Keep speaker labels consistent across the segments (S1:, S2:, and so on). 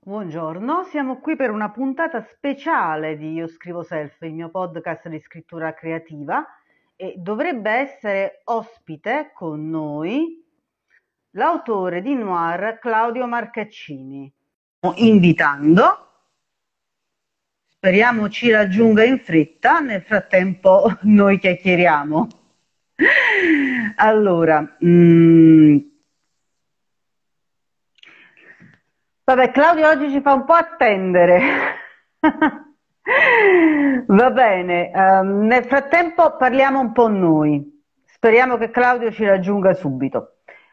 S1: Buongiorno, siamo qui per una puntata speciale di Io Scrivo Self, il mio podcast di scrittura creativa, e dovrebbe essere ospite con noi l'autore di Noir Claudio Marcaccini. Invitando, speriamo ci raggiunga in fretta, nel frattempo noi chiacchieriamo. Allora, vabbè, Claudio oggi ci fa un po' attendere. Va bene, nel frattempo parliamo un po' noi. Speriamo che Claudio ci raggiunga subito.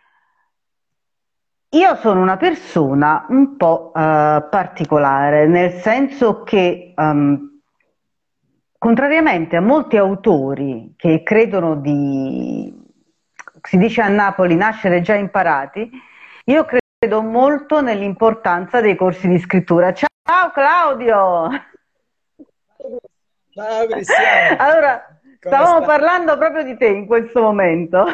S1: Io sono una persona un po' particolare, nel senso che, contrariamente a molti autori che credono di, si dice a Napoli, nascere già imparati, io credo molto nell'importanza dei corsi di scrittura. Ciao Claudio!
S2: Ciao Cristiana,
S1: Allora,
S2: come
S1: stavamo
S2: stai?
S1: parlando proprio di te in questo momento.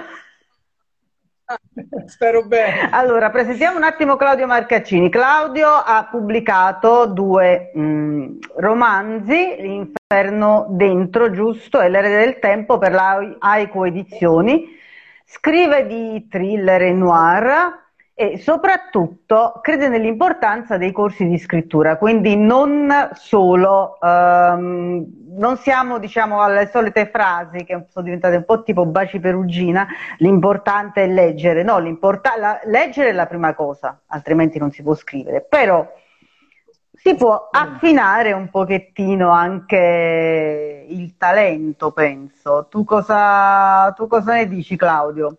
S2: Spero bene.
S1: Allora, presentiamo un attimo Claudio Marcaccini. Claudio ha pubblicato due romanzi, L'Inferno Dentro, giusto, e L'Erede del Tempo per la Aiko Edizioni. Scrive di thriller e noir e soprattutto crede nell'importanza dei corsi di scrittura, quindi non solo, non siamo diciamo alle solite frasi che sono diventate un po' tipo Baci Perugina, l'importante è leggere, no, leggere è la prima cosa, altrimenti non si può scrivere, però si può affinare un pochettino anche il talento, penso. Tu cosa ne dici, Claudio?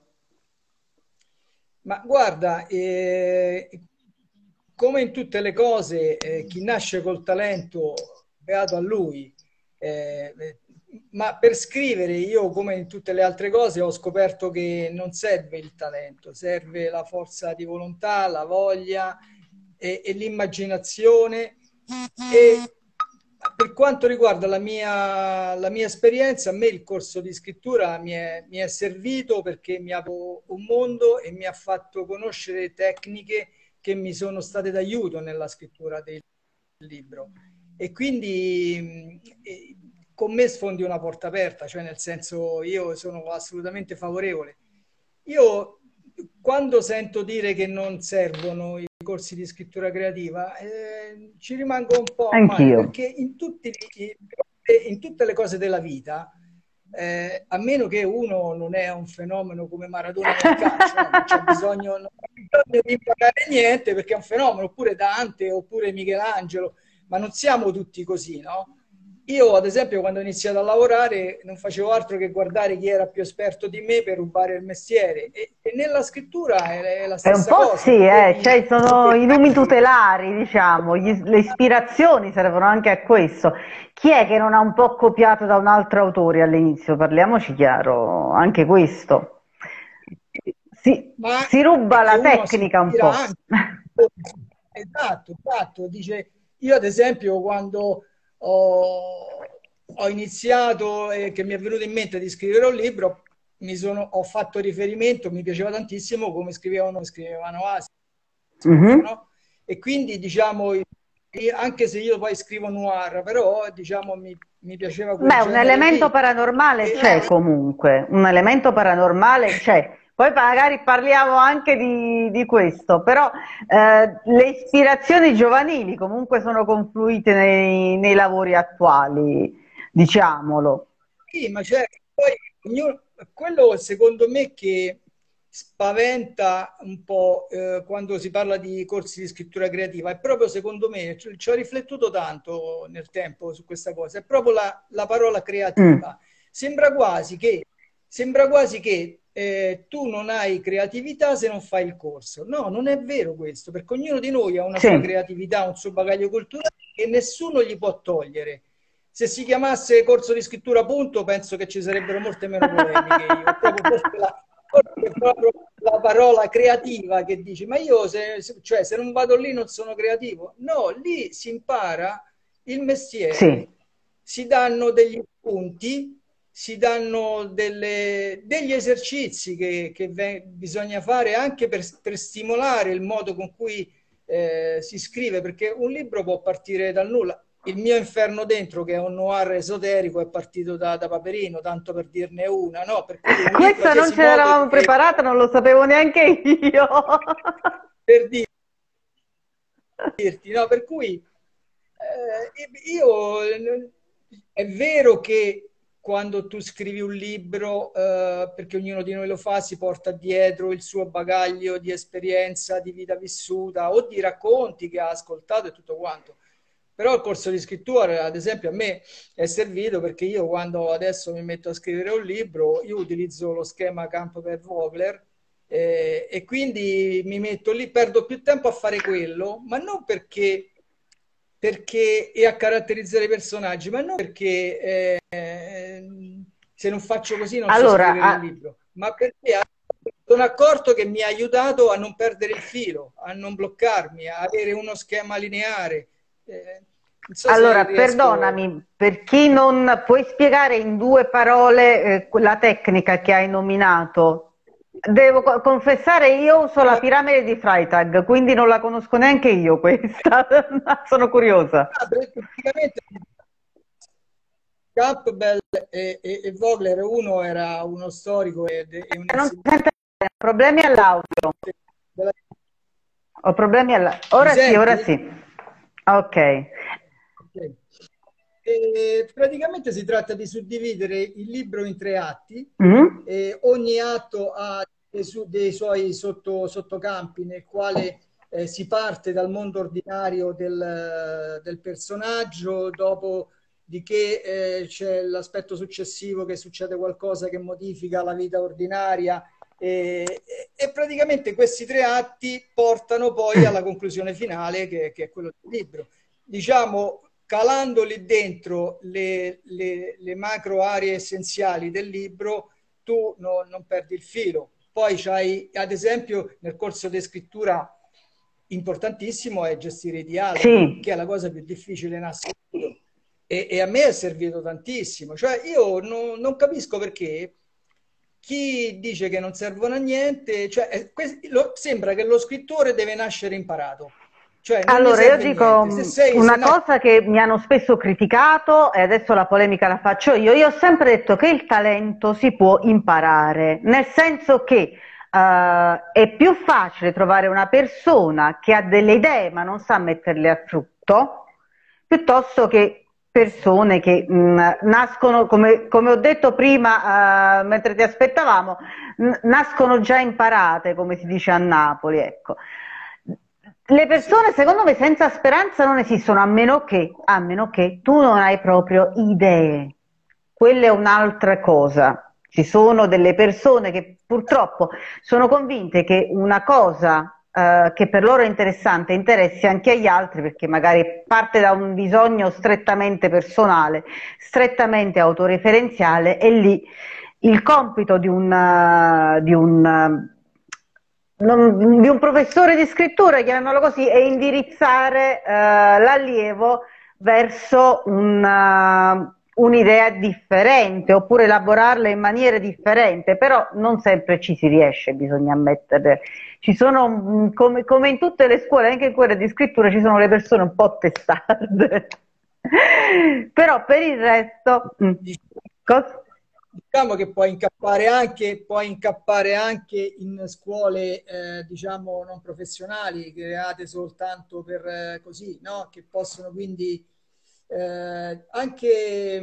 S2: Ma guarda, come in tutte le cose, chi nasce col talento, beato a lui. Ma per scrivere, io come in tutte le altre cose, ho scoperto che non serve il talento, serve la forza di volontà, la voglia e l'immaginazione. E per quanto riguarda la mia esperienza, a me il corso di scrittura mi è servito perché mi ha aperto un mondo e mi ha fatto conoscere tecniche che mi sono state d'aiuto nella scrittura del libro. E quindi con me sfondi una porta aperta, cioè nel senso io sono assolutamente favorevole. Io quando sento dire che non servono i corsi di scrittura creativa, ci rimango un po' male
S1: Anch'io.
S2: perché in tutte le cose della vita, a meno che uno non è un fenomeno come Maradona nel calcio, no? Non c'è bisogno di imparare niente perché è un fenomeno, oppure Dante, oppure Michelangelo, ma non siamo tutti così, no? Io, ad esempio, quando ho iniziato a lavorare, non facevo altro che guardare chi era più esperto di me per rubare il mestiere. E nella scrittura è la
S1: È un
S2: stessa
S1: po'
S2: cosa.
S1: sì,
S2: Tu
S1: cioè
S2: devi
S1: sono i numi tutelari, diciamo, le ispirazioni servono anche a questo. Chi è che non ha un po' copiato da un altro autore all'inizio? Parliamoci chiaro, anche questo.
S2: ma
S1: Si ruba
S2: è che
S1: la
S2: uno si
S1: tecnica un
S2: ispira
S1: po'.
S2: anche. Esatto, esatto. Dice, io ad esempio quando ho iniziato e che mi è venuto in mente di scrivere un libro, ho fatto riferimento, mi piaceva tantissimo come scrivevano Asimov,
S1: Mhm.
S2: no? E quindi diciamo, anche se io poi scrivo noir, però diciamo mi piaceva quel
S1: Beh, un
S2: genere
S1: elemento
S2: lì.
S1: paranormale
S2: E,
S1: c'è comunque, un elemento paranormale c'è. Poi magari parliamo anche di questo, però le ispirazioni giovanili comunque sono confluite nei lavori attuali, diciamolo.
S2: sì, ma certo, poi quello secondo me che spaventa un po' quando si parla di corsi di scrittura creativa, è proprio secondo me, ci ho riflettuto tanto nel tempo su questa cosa, è proprio la parola
S1: Mm,
S2: creativa. Sembra quasi che, tu non hai creatività se non fai il corso. No, non è vero questo, perché ognuno di noi ha una
S1: sì,
S2: sua creatività, un suo bagaglio culturale che nessuno gli può togliere. Se si chiamasse corso di scrittura punto, penso che ci sarebbero molte meno polemiche. Io. È proprio forse è proprio la parola creativa che dici, ma io cioè, se non vado lì non sono creativo. No, lì si impara il
S1: sì,
S2: mestiere, si danno degli punti, si danno degli esercizi che bisogna fare anche per stimolare il modo con cui si scrive, perché un libro può partire dal nulla. Il mio Inferno dentro, che è un noir esoterico, è partito da Paperino, tanto per dirne una, no? Per cui un libro
S1: Questa
S2: che
S1: non
S2: si
S1: ce l'eravamo
S2: muove
S1: preparata, non lo sapevo neanche io.
S2: per dirti, no? Per cui io è vero che quando tu scrivi un libro, perché ognuno di noi lo fa, si porta dietro il suo bagaglio di esperienza, di vita vissuta o di racconti che ha ascoltato e tutto quanto. Però il corso di scrittura, ad esempio, a me è servito perché io quando adesso mi metto a scrivere un libro, io utilizzo lo schema Campbell-Vogler e quindi mi metto lì, perdo più tempo a fare quello, ma non perché e a caratterizzare i personaggi, ma non perché se non faccio così non so
S1: Allora,
S2: scrivere il libro, ma perché sono accorto che mi ha aiutato a non perdere il filo, a non bloccarmi, a avere uno schema lineare. Non so se
S1: allora,
S2: riesco.
S1: perdonami, per chi non puoi spiegare in due parole la tecnica che hai nominato. Devo confessare, io uso la piramide di Freytag, quindi non la conosco neanche io questa, sono curiosa.
S2: Praticamente Campbell e Vogler, uno era uno storico e un
S1: Non si
S2: insegnante
S1: sente bene, problemi all'audio.
S2: della.
S1: Ho problemi all'audio.
S2: Mi
S1: Ora sì, ora
S2: senti?
S1: sì. Ok.
S2: Ok. E praticamente si tratta di suddividere il libro in tre atti
S1: Mm?
S2: e ogni atto ha dei suoi sottocampi nel quale si parte dal mondo ordinario del personaggio, dopodiché c'è l'aspetto successivo che succede qualcosa che modifica la vita ordinaria e praticamente questi tre atti portano poi alla conclusione finale che è quello del libro. Diciamo, calando lì dentro le macro aree essenziali del libro, tu non perdi il filo. Poi c'hai, ad esempio, nel corso di scrittura importantissimo è gestire i dialoghi,
S1: Sì.
S2: che è la cosa più difficile in assoluto. E a me è servito tantissimo. Cioè, io non capisco perché chi dice che non servono a niente, cioè, sembra che lo scrittore deve nascere imparato. Cioè, non gli
S1: Allora, io
S2: serve
S1: dico
S2: niente. Se
S1: una
S2: nasci.
S1: cosa che mi hanno spesso criticato e adesso la polemica la faccio io. Io ho sempre detto che il talento si può imparare, nel senso che è più facile trovare una persona che ha delle idee ma non sa metterle a frutto, piuttosto che persone che nascono, come ho detto prima, mentre ti aspettavamo, nascono già imparate, come si dice a Napoli, ecco. Le
S2: Sì.
S1: persone, secondo me, senza speranza non esistono, a meno che tu non hai proprio idee. Quella è un'altra cosa. Ci sono delle persone che purtroppo sono convinte che una cosa che per loro è interessante interessi anche agli altri perché magari parte da un bisogno strettamente personale, strettamente autoreferenziale e lì il compito di un professore di scrittura, chiamiamolo così, è indirizzare l'allievo verso un'idea differente oppure elaborarla in maniera differente, però non sempre ci si riesce, bisogna ammettere. Ci sono, come in tutte le scuole, anche in quelle di scrittura, ci sono le persone un po' testarde. Però per il resto. Cosa?
S2: Diciamo che puoi incappare anche in scuole, diciamo, non professionali, create soltanto per così, no? Che possono quindi anche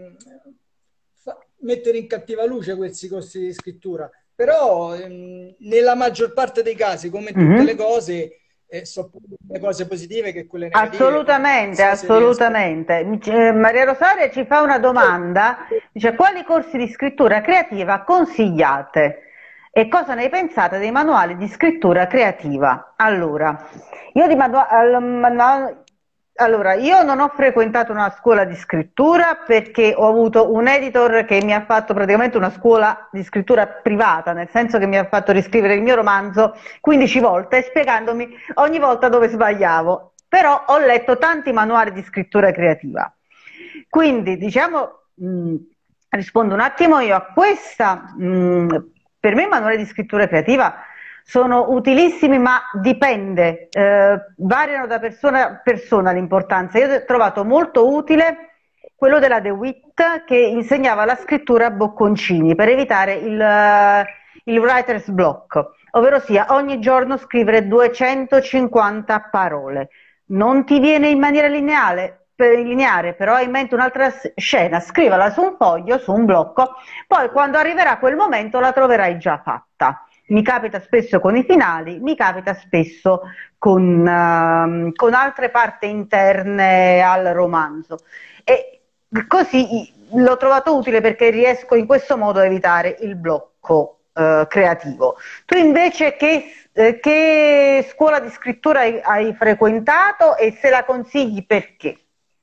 S2: mettere in cattiva luce questi corsi di scrittura. Però nella maggior parte dei casi, come in tutte le
S1: Mhm.
S2: cose, sono più le cose positive che quelle negative. Non
S1: Assolutamente,
S2: so se riesco.
S1: assolutamente. Maria Rosaria ci fa una domanda, dice quali corsi di scrittura creativa consigliate e cosa ne pensate dei manuali di scrittura creativa? Allora, io di allora, io non ho frequentato una scuola di scrittura perché ho avuto un editor che mi ha fatto praticamente una scuola di scrittura privata, nel senso che mi ha fatto riscrivere il mio romanzo 15 volte, spiegandomi ogni volta dove sbagliavo. Però ho letto tanti manuali di scrittura creativa. Quindi, diciamo, rispondo un attimo io a questa. Per me il manuale di scrittura creativa sono utilissimi, ma dipende, variano da persona a persona l'importanza. Io ho trovato molto utile quello della DeWitt che insegnava la scrittura a bocconcini per evitare il writer's block, ovvero sia ogni giorno scrivere 250 parole. Non ti viene in maniera lineare, però hai in mente un'altra scena, scrivala su un foglio, su un blocco, poi quando arriverà quel momento la troverai già fatta. Mi capita spesso con i finali, mi capita spesso con altre parti interne al romanzo. E così l'ho trovato utile perché riesco in questo modo a evitare il blocco creativo. Tu invece che scuola di scrittura hai frequentato e se la consigli perché?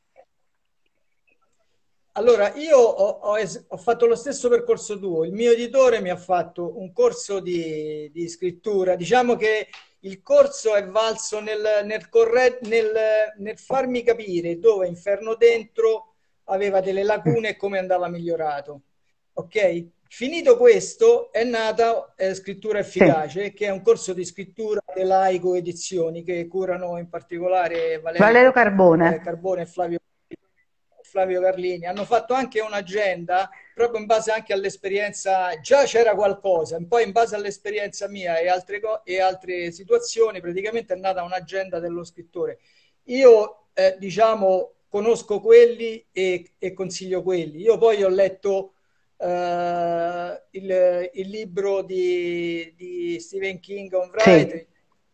S2: Allora, io ho fatto lo stesso percorso tuo. Il mio editore mi ha fatto un corso di scrittura. Diciamo che il corso è valso nel farmi capire dove Inferno Dentro aveva delle lacune e come andava migliorato. Ok? Finito questo, è nata Scrittura Efficace,
S1: Sì.
S2: che è un corso di scrittura dell'Aico Edizioni che curano in particolare
S1: Valerio
S2: Valerio
S1: Carbone.
S2: Carbone e Flavio Carlini. Hanno fatto anche un'agenda proprio in base anche all'esperienza, già c'era qualcosa, poi in base all'esperienza mia e altre situazioni, praticamente è nata un'agenda dello scrittore. Io, diciamo, conosco quelli e consiglio quelli. Io poi ho letto il libro di Stephen King, On Writing,
S1: Sì.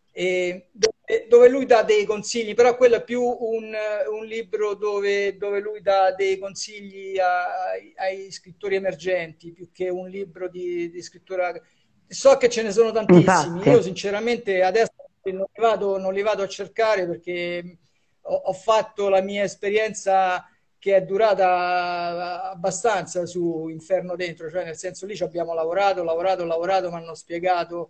S2: dove lui dà dei consigli, però quello è più un libro dove lui dà dei consigli ai scrittori emergenti, più che un libro di scrittura. So che ce ne sono tantissimi,
S1: Infatti.
S2: io sinceramente adesso non li vado a cercare perché ho fatto la mia esperienza che è durata abbastanza su Inferno Dentro, cioè nel senso lì ci abbiamo lavorato, mi hanno spiegato.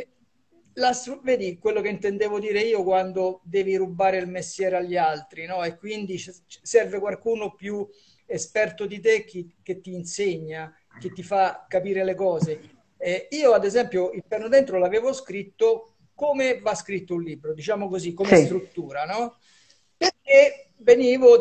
S2: Vedi quello che intendevo dire io quando devi rubare il mestiere agli altri, no? E quindi serve qualcuno più esperto di te che ti insegna, che ti fa capire le cose. Io, ad esempio, il Perno Dentro l'avevo scritto come va scritto un libro, diciamo così, come
S1: Sì.
S2: struttura, no? Perché venivo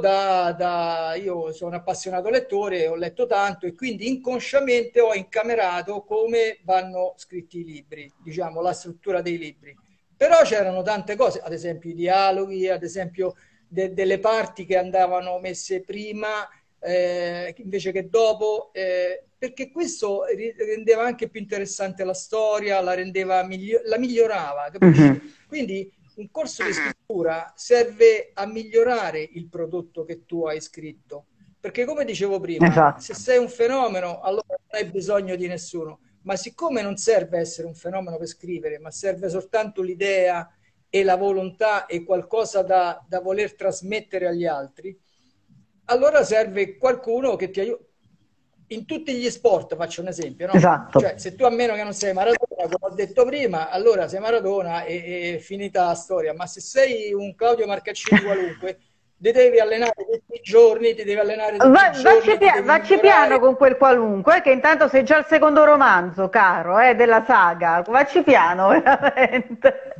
S2: io sono appassionato lettore, ho letto tanto e quindi inconsciamente ho incamerato come vanno scritti i libri, diciamo, la struttura dei libri. Però c'erano tante cose, ad esempio i dialoghi, ad esempio delle parti che andavano messe prima invece che dopo, perché questo rendeva anche più interessante la storia, la migliorava, capisci?
S1: Mhm.
S2: Quindi un corso di scrittura serve a migliorare il prodotto che tu hai scritto, perché come dicevo prima, se
S1: Esatto.
S2: sei un fenomeno, allora non hai bisogno di nessuno, ma siccome non serve essere un fenomeno per scrivere, ma serve soltanto l'idea e la volontà e qualcosa da voler trasmettere agli altri, allora serve qualcuno che ti aiuti. In tutti gli sport, faccio un esempio, no?
S1: Esatto.
S2: Cioè, se tu a meno che non sei Maradona, come ho detto prima, allora sei Maradona e è finita la storia. Ma se sei un Claudio Marcaccini qualunque, ti devi allenare tutti i giorni, ti devi allenare tutti i giorni, ti devi
S1: Vacci piano
S2: migliorare.
S1: con quel qualunque, che intanto sei già al secondo romanzo, caro, della saga. Vacci piano, veramente.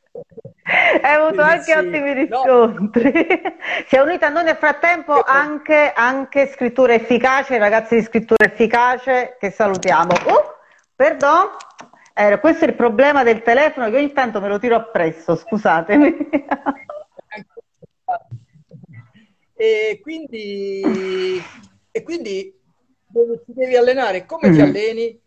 S1: Hai avuto
S2: Sì,
S1: anche
S2: sì.
S1: ottimi
S2: No,
S1: riscontri. Si è unita a noi nel frattempo anche Scrittura Efficace, i ragazzi di Scrittura Efficace, che salutiamo. Perdon, questo è il problema del telefono che ogni tanto me lo tiro appresso, scusatemi.
S2: E quindi, ti devi allenare. Come ti
S1: Mm,
S2: alleni?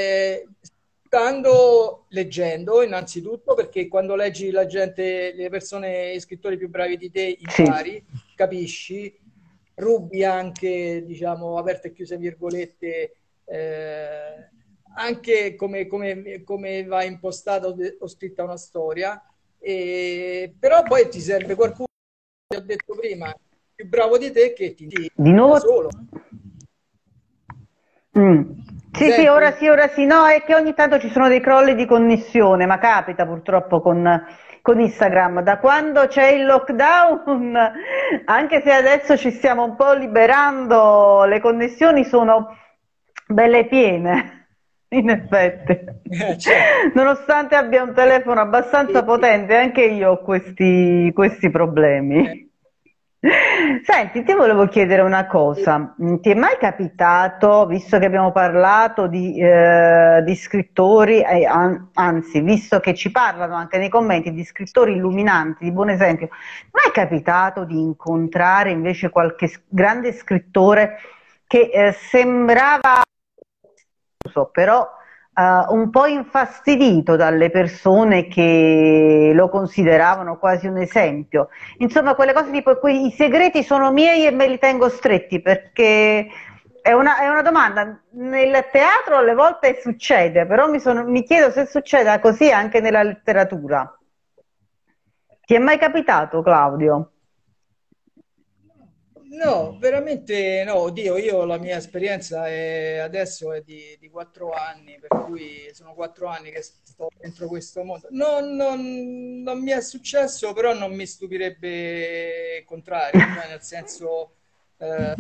S2: Leggendo innanzitutto, perché quando leggi la gente, le persone, gli scrittori più bravi di te,
S1: sì.
S2: impari, capisci, rubi anche, diciamo, aperte e chiuse virgolette, anche come va impostata o scritta una storia. Però poi ti serve qualcuno, ho detto prima, più bravo di te che ti
S1: Di
S2: da
S1: nuovo?
S2: solo.
S1: Mm.
S2: Mi
S1: Sì, sì, ora
S2: senti?
S1: sì, ora sì. No, è che ogni tanto ci sono dei crolli di connessione, ma capita purtroppo con Instagram. Da quando c'è il lockdown, anche se adesso ci stiamo un po' liberando, le connessioni sono belle piene. In effetti,
S2: certo.
S1: nonostante abbia un telefono abbastanza
S2: E-
S1: potente, anche io ho questi problemi. Senti, ti volevo chiedere una cosa. Ti è mai capitato, visto che abbiamo parlato di scrittori, anzi, visto che ci parlano anche nei commenti di scrittori illuminanti, di buon esempio, mai è capitato di incontrare invece qualche grande scrittore che sembrava però un po' infastidito dalle persone che lo consideravano quasi un esempio. Insomma, quelle cose tipo i segreti sono miei e me li tengo stretti, perché è una domanda. Nel teatro alle volte succede, però mi chiedo se succeda così anche nella letteratura. Ti è mai capitato, Claudio?
S2: No, veramente no, oddio, io la mia esperienza adesso è di 4 anni, per cui sono 4 anni che sto dentro questo mondo. Non mi è successo, però non mi stupirebbe il contrario, cioè nel senso, eh,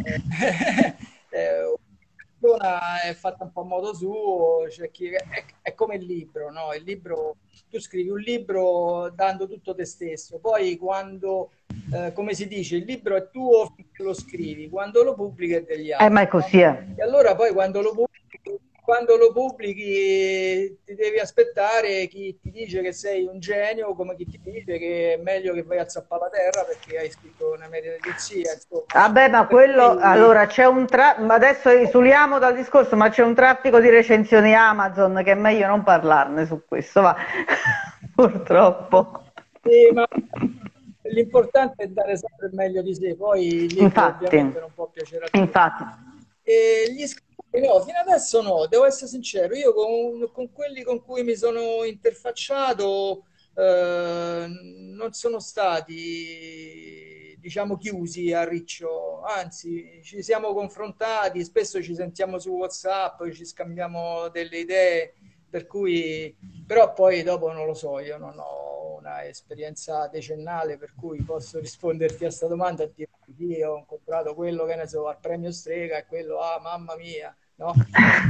S2: una persona è fatta un po' a modo suo, è come il libro, no? Il libro, tu scrivi un libro dando tutto te stesso, poi quando come si dice, il libro è tuo finché lo scrivi, quando lo pubblichi è degli
S1: Ma
S2: altri,
S1: è
S2: no?
S1: così, eh.
S2: E allora poi quando lo pubblichi ti devi aspettare chi ti dice che sei un genio, come chi ti dice che è meglio che vai a zappare la terra perché hai scritto una media edizia, insomma, no?
S1: Vabbè, ma
S2: Per
S1: quello,
S2: cui
S1: allora ma adesso esuliamo dal discorso, ma c'è un traffico di recensioni Amazon che è meglio non parlarne su questo, va. Purtroppo.
S2: sì, ma l'importante è dare sempre il meglio di sé, poi il libro
S1: Infatti,
S2: ovviamente non può piacere a tutti.
S1: infatti.
S2: E gli scrittori no, fino adesso no, devo essere sincero, io con quelli con cui mi sono interfacciato non sono stati, diciamo, chiusi a riccio, anzi ci siamo confrontati, spesso ci sentiamo su WhatsApp, ci scambiamo delle idee, per cui però poi dopo non lo so, io non ho una esperienza decennale per cui posso risponderti a questa domanda e dirti sì, ho incontrato quello che ne so al premio Strega e quello, ah mamma mia, no?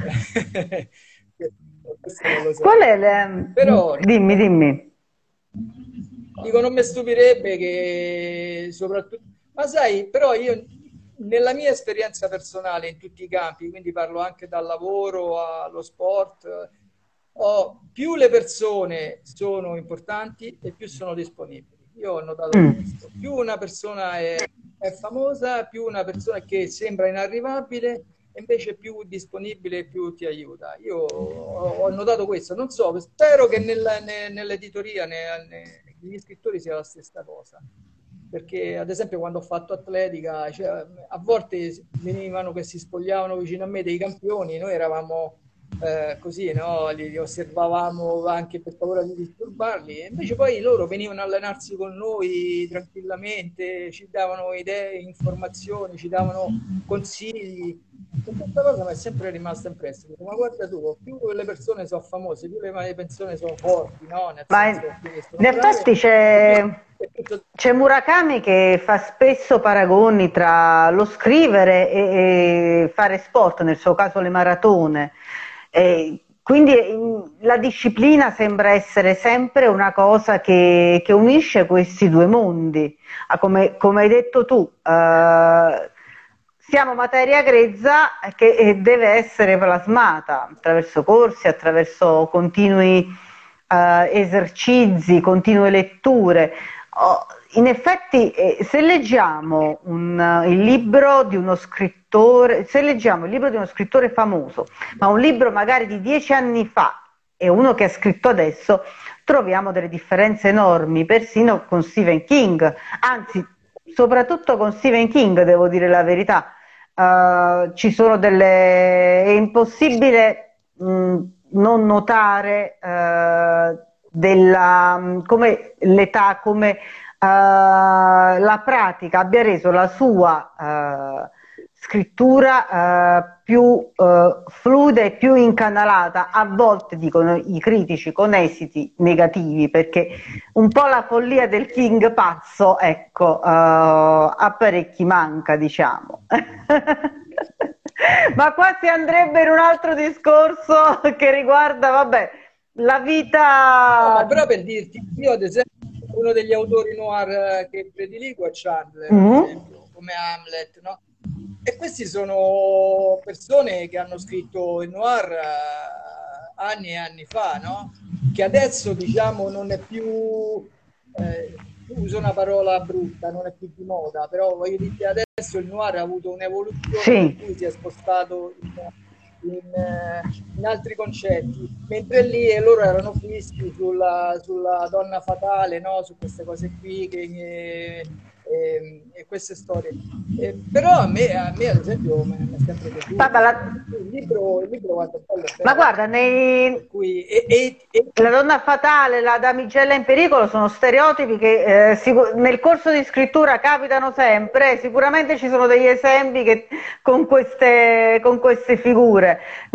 S2: Questo non lo
S1: Qual
S2: so.
S1: è
S2: Però
S1: Dimmi, dimmi.
S2: dico, non mi stupirebbe che soprattutto... Ma sai, però io nella mia esperienza personale in tutti i campi, quindi parlo anche dal lavoro allo sport, più le persone sono importanti e più sono disponibili. Io ho notato
S1: Mm.
S2: questo. Più una persona è famosa, più una persona che sembra inarrivabile, e invece più disponibile, più ti aiuta. Io ho notato questo. Non so, spero che nell'editoria, negli scrittori sia la stessa cosa. Perché, ad esempio, quando ho fatto atletica, cioè, a volte venivano che si spogliavano vicino a me dei campioni, noi eravamo così, no? Li osservavamo anche per paura di disturbarli, e invece poi loro venivano a allenarsi con noi tranquillamente, ci davano idee, informazioni, ci davano consigli. E questa cosa mi è sempre rimasta impressa. Dico, ma guarda tu, più le persone sono famose, più le persone sono forti, no? Nel
S1: Ma
S2: senso che sono
S1: in
S2: brave,
S1: effetti
S2: e più
S1: c'è
S2: è tutto...
S1: c'è Murakami che fa spesso paragoni tra lo scrivere e fare sport, nel suo caso le maratone. Quindi la disciplina sembra essere sempre una cosa che unisce questi due mondi. Come hai detto tu, siamo materia grezza che deve essere plasmata attraverso corsi, attraverso continui esercizi, continue letture. In effetti, se leggiamo il libro di uno scrittore, se leggiamo il libro di uno scrittore famoso, ma un libro magari di 10 anni fa e uno che ha scritto adesso, troviamo delle differenze enormi, persino con Stephen King, anzi, soprattutto con Stephen King, devo dire la verità. Ci sono è impossibile non notare come l'età, come la pratica abbia reso la sua scrittura più fluida e più incanalata, a volte dicono i critici con esiti negativi, perché un po' la follia del King pazzo, ecco, a parecchi manca, diciamo. Ma qua si andrebbe in un altro discorso che riguarda, vabbè, la
S2: No, ma
S1: vita.
S2: però per dirti, io ad esempio, uno degli autori noir che prediligo è Chandler, ad
S1: Mhm.
S2: esempio, come Hamlet, no? E questi sono persone che hanno scritto il noir anni e anni fa, no? Che adesso, diciamo, non è più, uso una parola brutta, non è più di moda, però voglio dire, adesso il noir ha avuto un'evoluzione per
S1: Sì.
S2: cui si è spostato in altri concetti, mentre lì loro erano fissi sulla donna fatale, no? Su queste cose qui e queste storie. Però a me, ad esempio mi è sempre
S1: Guarda,
S2: piaciuto. Il libro quanto è bello è
S1: ma
S2: bello.
S1: guarda,
S2: Per cui, e
S1: la donna fatale, la damigella in pericolo sono stereotipi che nel corso di scrittura capitano sempre, sicuramente ci sono degli esempi con queste figure.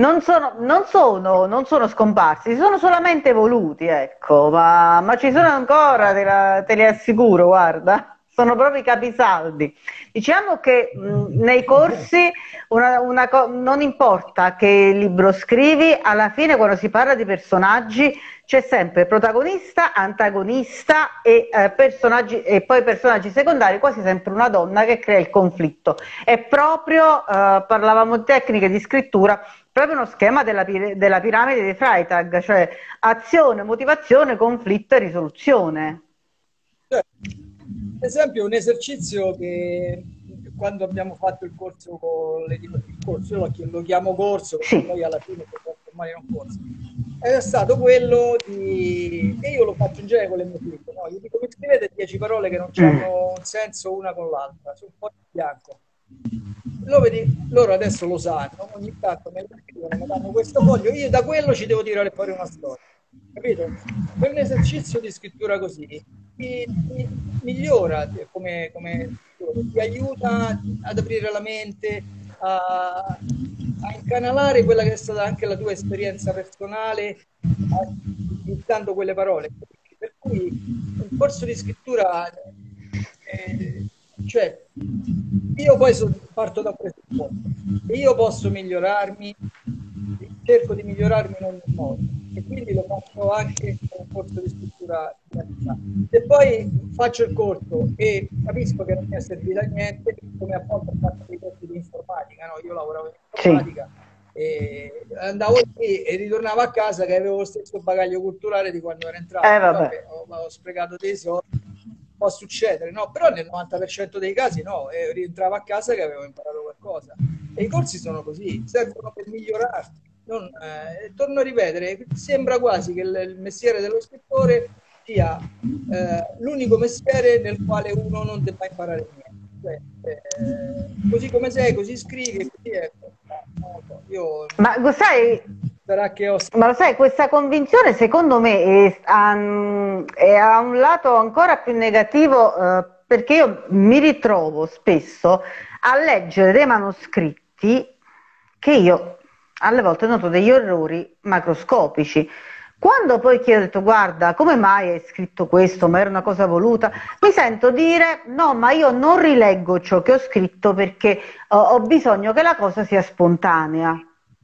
S1: Non sono scomparsi, si sono solamente evoluti, ecco, ma ci sono ancora, te li assicuro, guarda, sono proprio i capisaldi. Diciamo che nei corsi non importa che libro scrivi, alla fine quando si parla di personaggi c'è sempre protagonista, antagonista e poi personaggi secondari, quasi sempre una donna che crea il conflitto. È proprio, parlavamo di tecniche di scrittura, proprio uno schema della piramide di Freytag, cioè azione, motivazione, conflitto e risoluzione.
S2: cioè, ad esempio, un esercizio che quando abbiamo fatto il corso con il corso, io lo chiamo corso perché
S1: Sì.
S2: poi alla fine si può trasformare in un corso, è stato quello e io lo faccio in genere con le mie figlie, no? Gli dico, mi scrivete 10 parole che non
S1: Mm.
S2: hanno un senso una con l'altra, su un foglio bianco. Loro adesso lo sanno, ogni tanto me lo scrivono, mi danno questo foglio, io da quello ci devo tirare fuori una storia, capito? Per un esercizio di scrittura così migliora come scrittore, ti aiuta ad aprire la mente, a incanalare quella che è stata anche la tua esperienza personale, utilizzando quelle parole. Per cui un corso di scrittura, cioè, io poi parto da un presupposto, e io posso migliorarmi, cerco di migliorarmi in ogni modo e quindi lo faccio anche con un corso di scrittura creativa. Se poi faccio il corso e capisco che non mi è servito a niente, come a volte ho fatto dei corsi di informatica, no? Io lavoravo in
S1: Sì.
S2: informatica e andavo lì e ritornavo a casa che avevo lo stesso bagaglio culturale di quando ero entrato.
S1: Vabbè.
S2: Vabbè, ho sprecato dei soldi, può succedere, no? Però nel 90% dei casi no, e rientravo a casa che avevo imparato qualcosa. E i corsi sono così, servono per migliorarti. Non, torno a ripetere, sembra quasi che il mestiere dello scrittore sia l'unico mestiere nel quale uno non debba imparare niente. Cioè, così come sei, così scrivi, così è. Non lo so, io
S1: Ma sai,
S2: sarà che ho.
S1: Ma lo sai, questa convinzione secondo me è a un lato ancora più negativo, perché io mi ritrovo spesso a leggere dei manoscritti che io alle volte noto degli errori macroscopici. Quando poi chiedo, ho detto, guarda, come mai hai scritto questo? Ma era una cosa voluta? Mi sento dire, no, ma io non rileggo ciò che ho scritto perché ho bisogno che la cosa sia spontanea.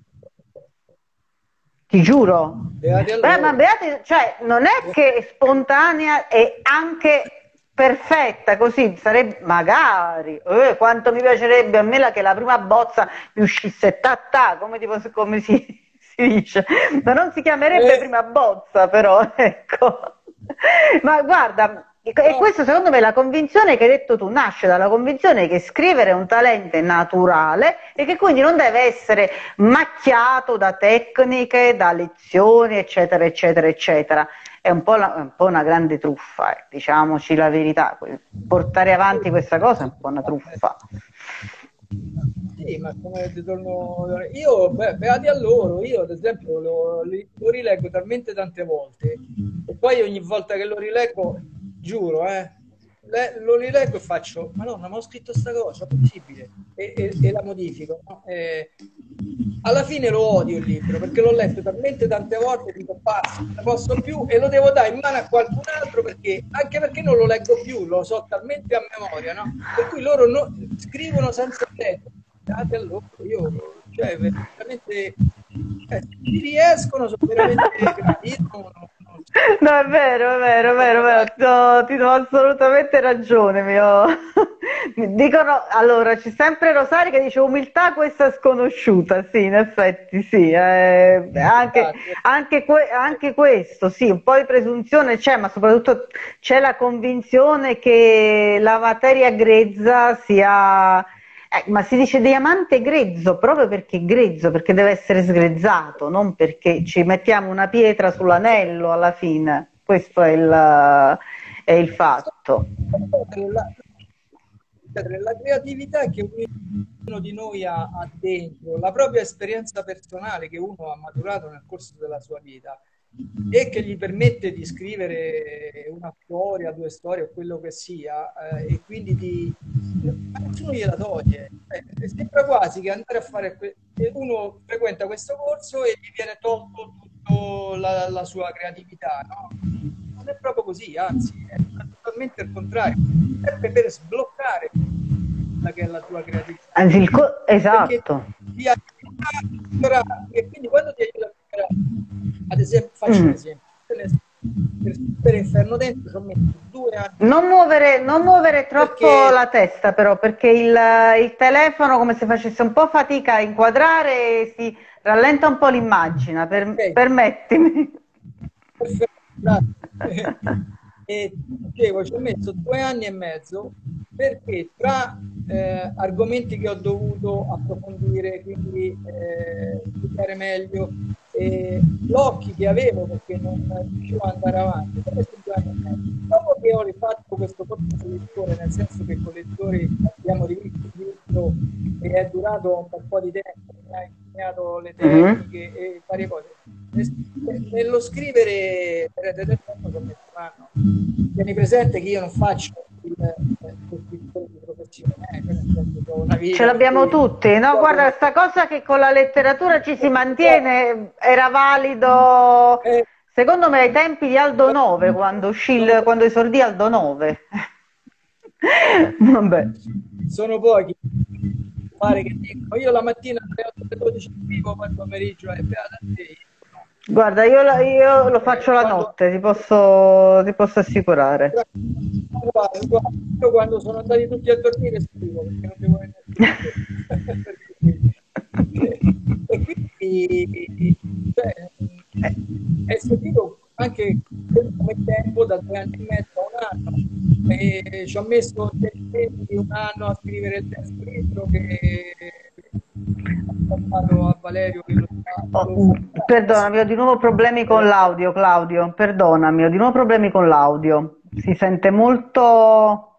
S1: Ti giuro.
S2: Beati a
S1: Ma
S2: loro.
S1: Beati, cioè, non è che è spontanea e anche perfetta, così sarebbe magari, quanto mi piacerebbe a me che la prima bozza mi uscisse ta, come si dice, ma non si chiamerebbe
S2: Eh,
S1: prima bozza però, ecco. Ma guarda, e
S2: no,
S1: questo secondo me la convinzione che hai detto tu nasce dalla convinzione che scrivere è un talento naturale e che quindi non deve essere macchiato da tecniche, da lezioni, eccetera, eccetera, eccetera. È un po' una grande truffa, diciamoci la verità. Portare avanti questa cosa è un po' una truffa.
S2: sì, ma come ritorno. Io, beati a loro, io ad esempio lo rileggo talmente tante volte e poi ogni volta che lo rileggo, giuro, lo rileggo e faccio, Madonna, ma ho scritto sta cosa, è possibile? E la modifico, no? Alla fine lo odio il libro perché l'ho letto talmente tante volte e dico basta, non ne posso più e lo devo dare in mano a qualcun altro perché, anche perché non lo leggo più, lo so talmente a memoria, no? Per cui loro scrivono senza tempo. date a loro, io, cioè, veramente, ci riescono, sono veramente bravi. Io
S1: No, è vero, è vero, è vero, è vero. Ti do assolutamente ragione. Mi dicono, allora, c'è sempre Rosario che dice umiltà questa sconosciuta, sì, in effetti sì, anche questo, sì, un po' di presunzione c'è, ma soprattutto c'è la convinzione che la materia grezza sia... ma si dice diamante grezzo proprio perché è grezzo, perché deve essere sgrezzato, non perché ci mettiamo una pietra sull'anello alla fine. Questo è il fatto.
S2: la creatività che ognuno di noi ha dentro, la propria esperienza personale che uno ha maturato nel corso della sua vita e che gli permette di scrivere una storia, due storie o quello che sia, e quindi ma nessuno gliela toglie. Sembra quasi che andare a fare che uno frequenta questo corso e gli viene tolto tutta la sua creatività, no? Non è proprio così, anzi, è totalmente il contrario. Serve per sbloccare quella che è la tua creatività.
S1: Anzi,
S2: Perché
S1: esatto.
S2: ti aiuta a migliorare. E quindi quando ti aiuta a migliorare, ad esempio, faccio un esempio, per scrivere Inferno Dentro ci ho messo 2 anni.
S1: Non muovere troppo
S2: Perché
S1: la testa però, perché il telefono come se facesse un po' fatica a inquadrare e si rallenta un po' l'immagine, permettimi.
S2: perfetto, grazie. E dicevo, ci ho messo 2 anni e mezzo perché tra argomenti che ho dovuto approfondire, quindi studiare meglio, blocchi che avevo perché non riuscivo ad andare avanti, ho messo 2 anni e mezzo. Dopo che ho rifatto questo corso di lettore, nel senso che con lettori abbiamo rivisto il libro e è durato un bel po' di tempo, mi ha insegnato le tecniche e varie cose. Nello scrivere Rete del Tempo ci ho messo un anno. Tieni presente che io non faccio il scrittore di professione, una vita
S1: Ce l'abbiamo tutti, no? Guarda, questa cosa che con la letteratura ci si mantiene era valido, secondo me, ai tempi di Aldo Nove, quando esordì Aldo Nove. Vabbè.
S2: Sono pochi. Pare che dicono, io la mattina alle 8 alle 12 vivo, poi il pomeriggio è beata te.
S1: Guarda, io lo faccio la notte, ti posso assicurare.
S2: Io quando sono andati tutti a dormire scrivo, perché non devo venire. E quindi è servito anche come tempo da 2 anni e mezzo a un anno. E ci ho messo 1 anno a scrivere il terzo libro che ho fatto a Valerio che
S1: Perdonami, ho di nuovo problemi con l'audio, Claudio. Perdonami, ho di nuovo problemi con l'audio. Si sente molto...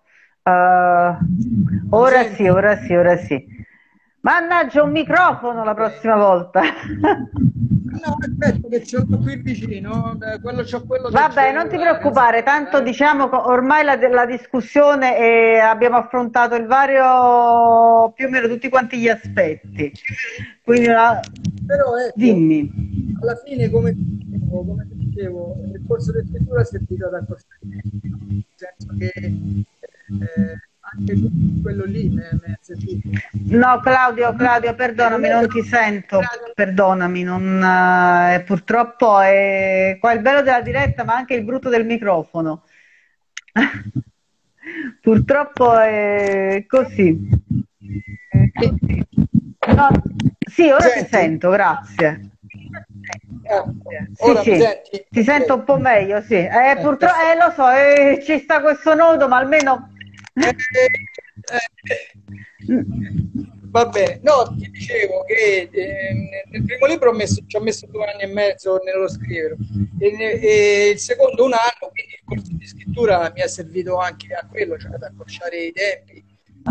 S1: ora sì, ora sì, ora sì. Mannaggia un microfono la prossima volta.
S2: No, aspetta che ce l'ho qui vicino, quello
S1: Vabbè, non ti preoccupare, tanto diciamo ormai la discussione abbiamo affrontato il vario, più o meno tutti quanti gli aspetti. Quindi
S2: però ecco,
S1: dimmi.
S2: Alla fine, come dicevo, il corso di scrittura è servito ad accostamento, nel senso che anche quello lì mi è servito.
S1: No, Claudio, perdonami, non ti sento, perdonami, purtroppo è qua il bello della diretta, ma anche il brutto del microfono. Purtroppo è così. No, sì, ora ti sento, grazie.
S2: Ora
S1: sì, ti sento un po' meglio, sì. Purtroppo, lo so, ci sta questo nodo, ma almeno...
S2: Va bene, no, ti dicevo che nel primo libro ci ho messo 2 anni e mezzo nello scrivere e il secondo 1 anno, quindi il corso di scrittura mi è servito anche a quello, cioè ad accorciare i tempi.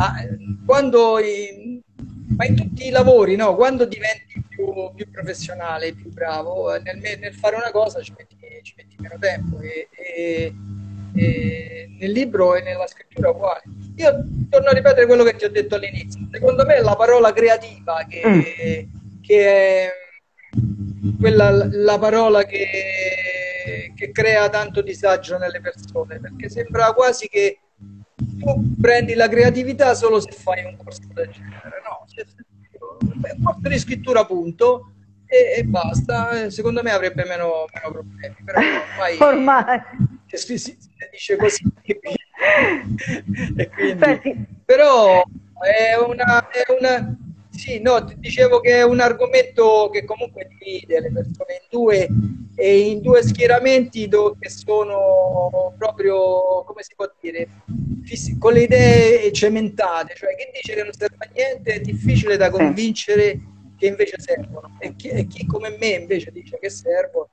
S2: Ma in tutti i lavori, no? Quando diventi più professionale, più bravo, nel fare una cosa ci metti meno tempo e nel libro e nella scrittura uguale. Io torno a ripetere quello che ti ho detto all'inizio. Secondo me la parola creativa che è quella la parola che crea tanto disagio nelle persone, perché sembra quasi che tu prendi la creatività solo se fai un corso del genere, no? Se un corso di scrittura punto e basta. Secondo me avrebbe meno problemi, però ormai
S1: Ormai.
S2: si dice così. E quindi,
S1: Senti,
S2: però sì, no, ti dicevo che è un argomento che comunque divide le persone in due e in due schieramenti che sono proprio, come si può dire, con le idee cementate, cioè chi dice che non serve a niente è difficile da
S1: sì.
S2: convincere che invece servono e chi come me invece dice che servono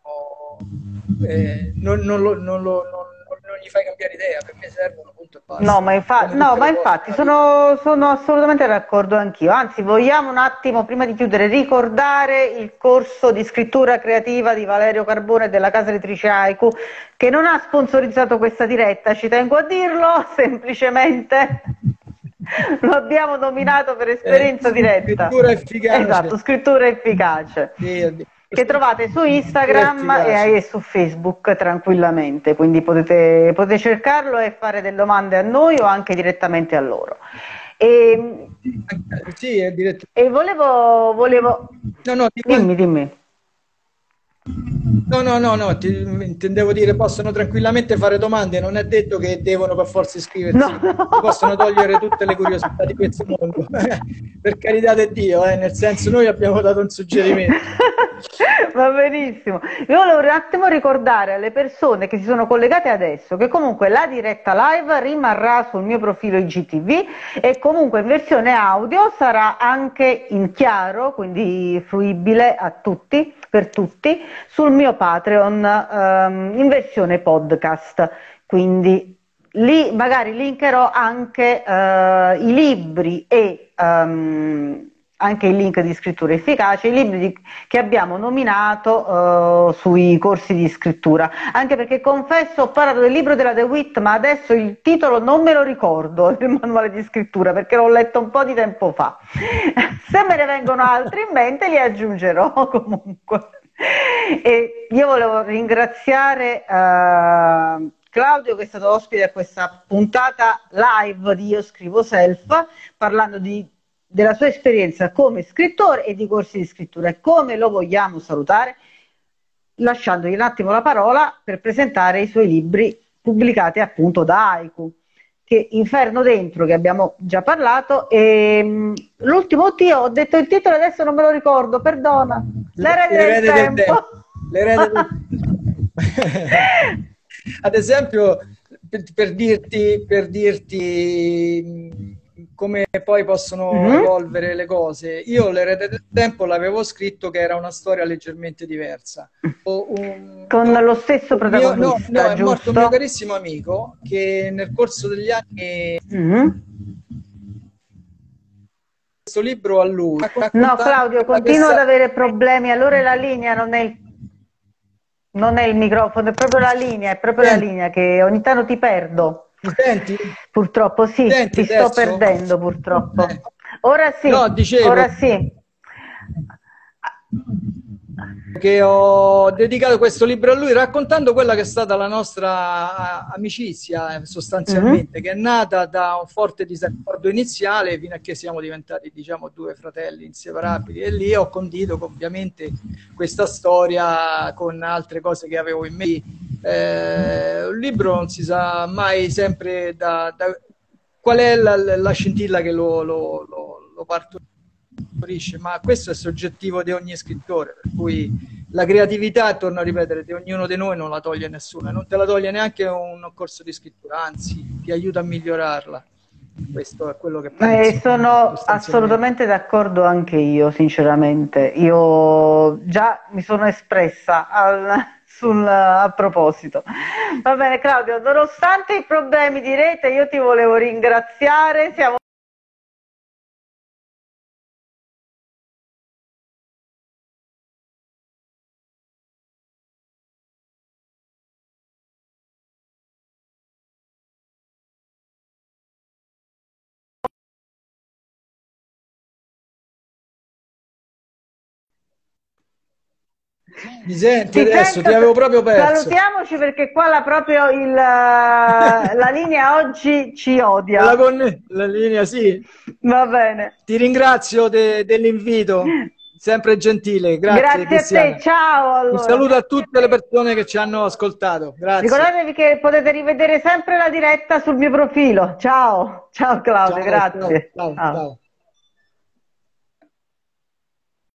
S2: non gli fai cambiare idea, per me servono, punto e
S1: No,
S2: basta,
S1: ma,
S2: come
S1: no,
S2: tutte
S1: ma
S2: le cose
S1: infatti
S2: nella vita.
S1: sono assolutamente d'accordo anch'io. Anzi, vogliamo un attimo, prima di chiudere, ricordare il corso di scrittura creativa di Valerio Carbone della casa editrice Haiku, che non ha sponsorizzato questa diretta, ci tengo a dirlo, semplicemente lo abbiamo nominato per esperienza diretta.
S2: Scrittura efficace.
S1: Esatto, scrittura efficace,
S2: Sì,
S1: che trovate su
S2: scrittura
S1: Instagram
S2: efficace.
S1: e su Facebook tranquillamente, quindi potete cercarlo e fare delle domande a noi o anche direttamente a loro. E,
S2: Sì, è diretto.
S1: e volevo...
S2: No, no, dico
S1: Dimmi, dimmi.
S2: no, intendevo dire possono tranquillamente fare domande, non è detto che devono per forza
S1: No,
S2: iscriversi, si possono togliere
S1: no.
S2: tutte le curiosità di questo mondo, per carità di Dio, nel senso noi abbiamo dato un suggerimento.
S1: Va benissimo. Io volevo un attimo ricordare alle persone che si sono collegate adesso che comunque la diretta live rimarrà sul mio profilo IGTV e comunque in versione audio sarà anche in chiaro, quindi fruibile a tutti, per tutti, sul mio Patreon in versione podcast. Quindi lì magari linkerò anche i libri e anche il link di scrittura efficace, i libri che abbiamo nominato sui corsi di scrittura, anche perché confesso ho parlato del libro della De Witt, ma adesso il titolo non me lo ricordo, il manuale di scrittura, perché l'ho letto un po' di tempo fa. Se me ne vengono altri in mente li aggiungerò comunque. E io volevo ringraziare Claudio che è stato ospite a questa puntata live di Io Scrivo Self, parlando della sua esperienza come scrittore e di corsi di scrittura e come lo vogliamo salutare, lasciandogli un attimo la parola per presentare i suoi libri pubblicati appunto da Haiku, che Inferno Dentro, che abbiamo già parlato, e l'ultimo ho detto il titolo, adesso non me lo ricordo, perdona, L'erede del
S2: L'erede del
S1: tempo.
S2: tempo. L'erede del... Ad esempio, per dirti come poi possono evolvere le cose, io l'erede del tempo l'avevo scritto che era una storia leggermente diversa.
S1: Con lo stesso
S2: No,
S1: protagonista,
S2: è morto un mio
S1: giusto?
S2: carissimo amico che nel corso degli anni
S1: Mm.
S2: questo libro a lui,
S1: No,
S2: raccontando
S1: Claudio,
S2: quella che
S1: continuo ad
S2: sa...
S1: avere problemi. Allora la linea non è il microfono, è proprio la linea, è proprio la
S2: Senti,
S1: linea che ogni tanto ti perdo.
S2: mi senti?
S1: Purtroppo
S2: Mi
S1: sì,
S2: senti
S1: ti sto
S2: adesso?
S1: perdendo purtroppo. Ora
S2: No,
S1: sì,
S2: dicevo
S1: ora sì.
S2: che ho dedicato questo libro a lui raccontando quella che è stata la nostra amicizia
S1: Mhm.
S2: sostanzialmente, che è nata da un forte disaccordo iniziale fino a che siamo diventati diciamo due fratelli inseparabili e lì ho condito ovviamente questa storia con altre cose che avevo in me. Un libro non si sa mai sempre qual è la scintilla che lo partorisce, ma questo è soggettivo di ogni scrittore, per cui la creatività, torno a ripetere, di ognuno di noi non la toglie nessuno e non te la toglie neanche un corso di scrittura, anzi ti aiuta a migliorarla. Questo è quello che penso
S1: Sono
S2: sostanzialmente.
S1: assolutamente d'accordo anche io, sinceramente. Io già mi sono espressa a proposito. Va bene, Claudio, nonostante i problemi di rete, io ti volevo ringraziare. Siamo
S2: Mi senti
S1: Ti
S2: adesso?
S1: sento,
S2: Ti avevo proprio perso.
S1: salutiamoci perché qua la linea oggi ci odia.
S2: La linea, sì.
S1: Va bene.
S2: Ti ringrazio dell'invito, sempre gentile. Grazie,
S1: Grazie a te,
S2: Cristiana.
S1: ciao
S2: Un
S1: allora.
S2: saluto a tutte le persone che ci hanno ascoltato. Grazie.
S1: Ricordatevi che potete rivedere sempre la diretta sul mio profilo. Ciao, ciao Claudio,
S2: Ciao, ciao,
S1: grazie.
S2: ciao,
S1: Ciao.
S2: ciao.